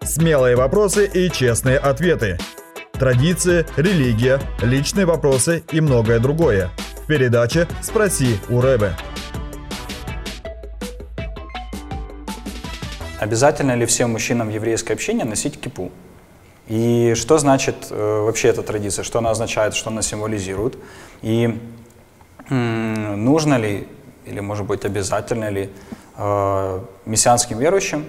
Смелые вопросы и честные ответы. Традиции, религия, личные вопросы и многое другое. В передаче «Спроси у Ребе». Обязательно ли всем мужчинам еврейской общине носить кипу? И что значит вообще эта традиция? Что она означает, что она символизирует? И нужно ли, или может быть обязательно ли мессианским верующим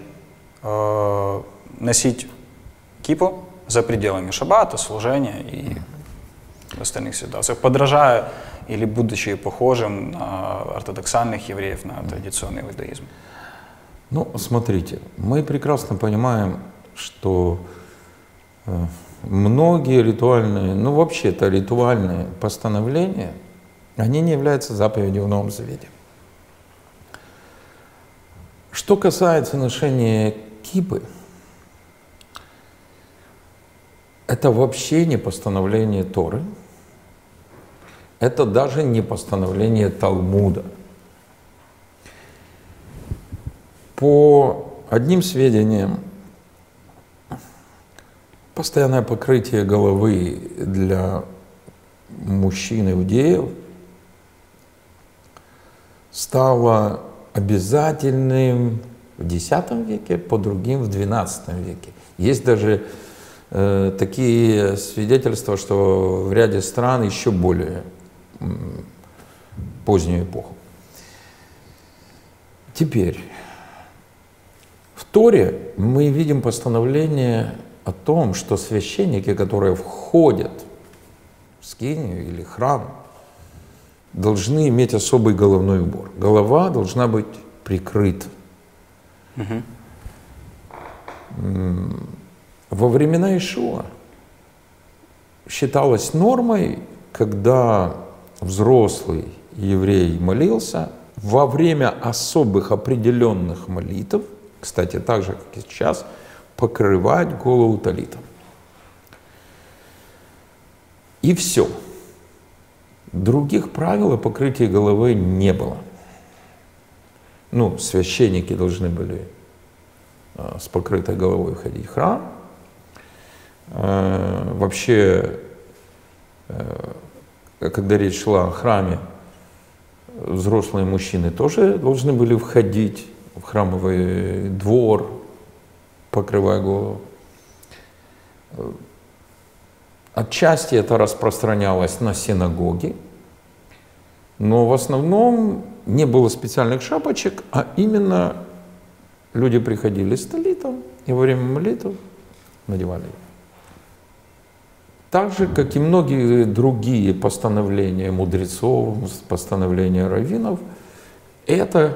носить кипу за пределами шаббата, служения и в остальных ситуациях, подражая или будучи похожим на ортодоксальных евреев, на традиционный иудаизм? Ну, смотрите, мы прекрасно понимаем, что многие ритуальные, ну вообще-то ритуальные постановления, они не являются заповедью в Новом Завете. Что касается ношения кипы, это вообще не постановление Торы, это даже не постановление Талмуда. По одним сведениям, постоянное покрытие головы для мужчин-иудеев стало обязательным в X веке, по другим в XII веке. Есть даже такие свидетельства, что в ряде стран еще более позднюю эпоху. Теперь, в Торе мы видим постановление о том, что священники, которые входят в скинию или храм, должны иметь особый головной убор. Голова должна быть прикрыта. Во времена Иешуа считалось нормой, когда взрослый еврей молился, во время особых определенных молитв, кстати, так же, как и сейчас, покрывать голову талитом. И все. Других правил о покрытии головы не было. Ну, священники должны были с покрытой головой ходить в храм. Вообще, когда речь шла о храме, взрослые мужчины тоже должны были входить в храмовый двор, покрывая голову. Отчасти это распространялось на синагоги, но в основном не было специальных шапочек, а именно люди приходили с талитом и во время молитв надевали его. Так же, как и многие другие постановления мудрецов, постановления раввинов, это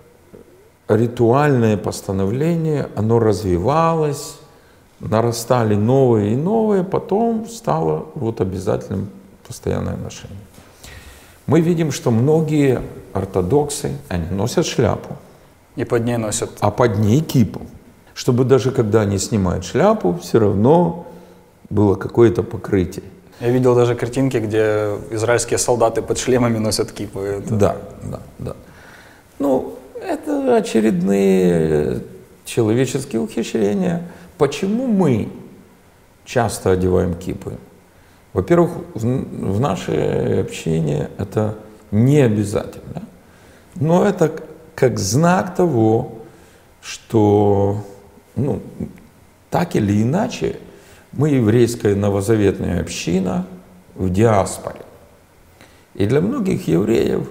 ритуальное постановление, оно развивалось, нарастали новые и новые, потом стало вот обязательным постоянное ношение. Мы видим, что многие ортодоксы, они носят шляпу. И под ней носят. А под ней кипу. Чтобы даже когда они снимают шляпу, все равно было какое-то покрытие. Я видел даже картинки, где израильские солдаты под шлемами носят кипы. Да. Ну, это очередные человеческие ухищрения. Почему мы часто одеваем кипы? Во-первых, в нашей общине это не обязательно, но это как знак того, что, ну, так или иначе, мы еврейская новозаветная община в диаспоре. И для многих евреев,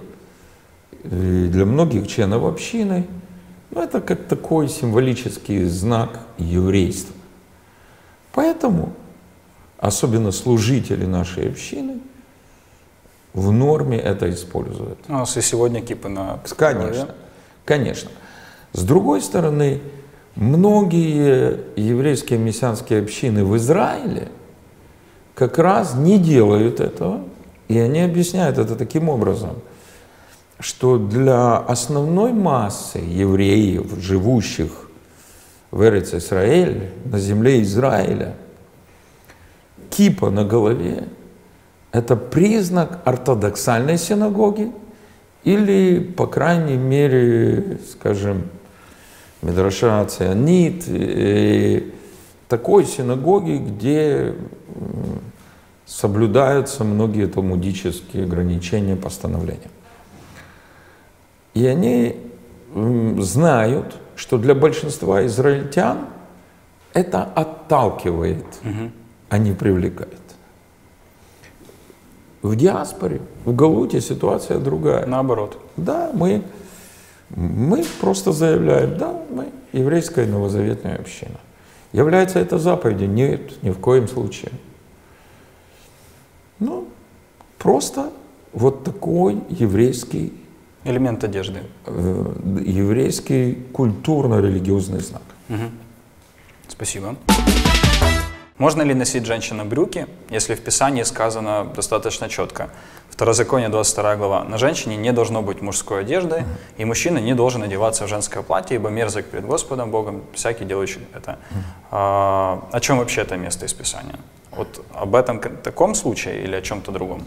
и для многих членов общины, ну, это как такой символический знак еврейства. Поэтому, особенно служители нашей общины, в норме это используют. У нас и сегодня кипы на Конечно, конечно. С другой стороны, многие еврейские мессианские общины в Израиле как раз не делают этого, и они объясняют это таким образом, что для основной массы евреев, живущих в Эрец-Исраэль, на земле Израиля, кипа на голове – это признак ортодоксальной синагоги или, по крайней мере, скажем, Мидраша Цианит, такой синагоги, где соблюдаются многие талмудические ограничения, постановления. И они знают, что для большинства израильтян это отталкивает, а не привлекает. В диаспоре, в Галуте ситуация другая. Наоборот. Да, мы просто заявляем, да, мы еврейская новозаветная община. Является это заповедью? Нет, ни в коем случае. Ну, просто вот такой еврейский элемент одежды. Еврейский культурно-религиозный знак. Спасибо. Можно ли носить женщина брюки, если в Писании сказано достаточно четко? Второзаконие, 22 глава. На женщине не должно быть мужской одежды, и мужчина не должен одеваться в женское платье, ибо мерзок пред Господом Богом всякий делающий это. О чем вообще это место из Писания? Вот об этом таком случае или о чем-то другом?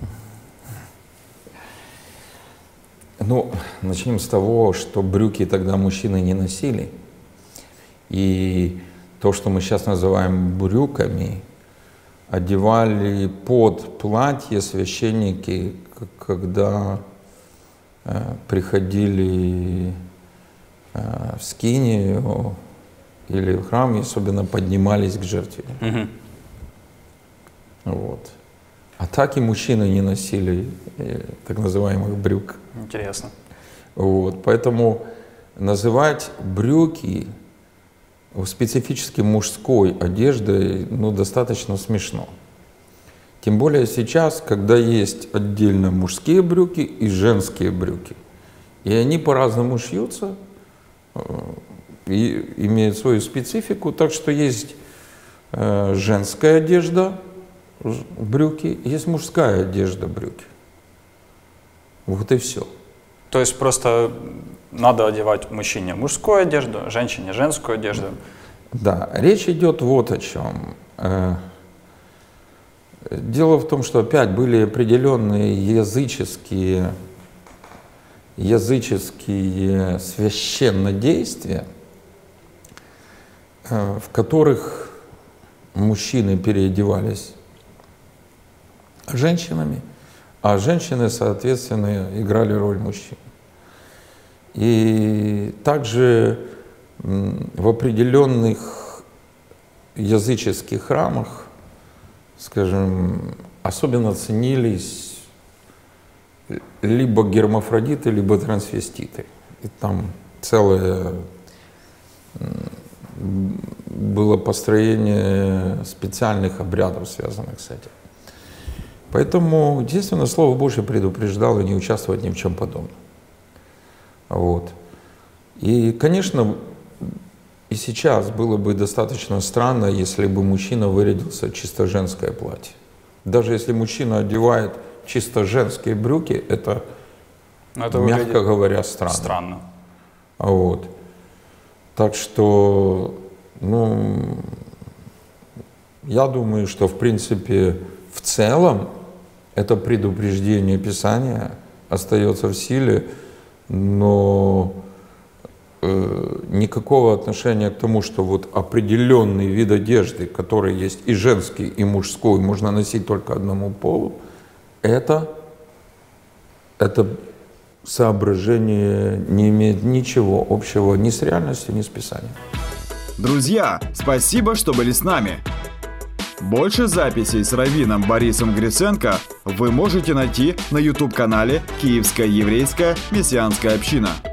Ну, начнем с того, что брюки тогда мужчины не носили. И то, что мы сейчас называем брюками, одевали под платье священники, когда приходили в скинию или в храм, и особенно поднимались к жертве. Вот. А так и мужчины не носили так называемых брюк. Интересно. Вот. Поэтому называть брюки специфически мужской одеждой, ну, достаточно смешно. Тем более сейчас, когда есть отдельно мужские брюки и женские брюки. И они по-разному шьются и имеют свою специфику. Так что есть женская одежда, брюки, есть мужская одежда, брюки. Вот и все. То есть просто надо одевать мужчине мужскую одежду, женщине женскую одежду. Да, речь идет вот о чем. Дело в том, что опять были определенные языческие священнодействия, в которых мужчины переодевались женщинами, а женщины, соответственно, играли роль мужчин. И также в определенных языческих храмах, скажем, особенно ценились либо гермафродиты, либо трансвеститы. И там целое было построение специальных обрядов, связанных с этим. Поэтому, естественно, Слово Божье предупреждало не участвовать ни в чем подобном. Вот. И, конечно, и сейчас было бы достаточно странно, если бы мужчина вырядился в чисто женское платье. Даже если мужчина одевает чисто женские брюки, это мягко говоря, странно. Вот. Так что, ну, я думаю, что, в принципе, в целом, это предупреждение Писания остается в силе, но никакого отношения к тому, что вот определенный вид одежды, который есть и женский, и мужской, можно носить только одному полу, это соображение не имеет ничего общего ни с реальностью, ни с Писанием. Друзья, спасибо, что были с нами. Больше записей с раввином Борисом Гриценко вы можете найти на YouTube-канале «Киевская еврейская мессианская община».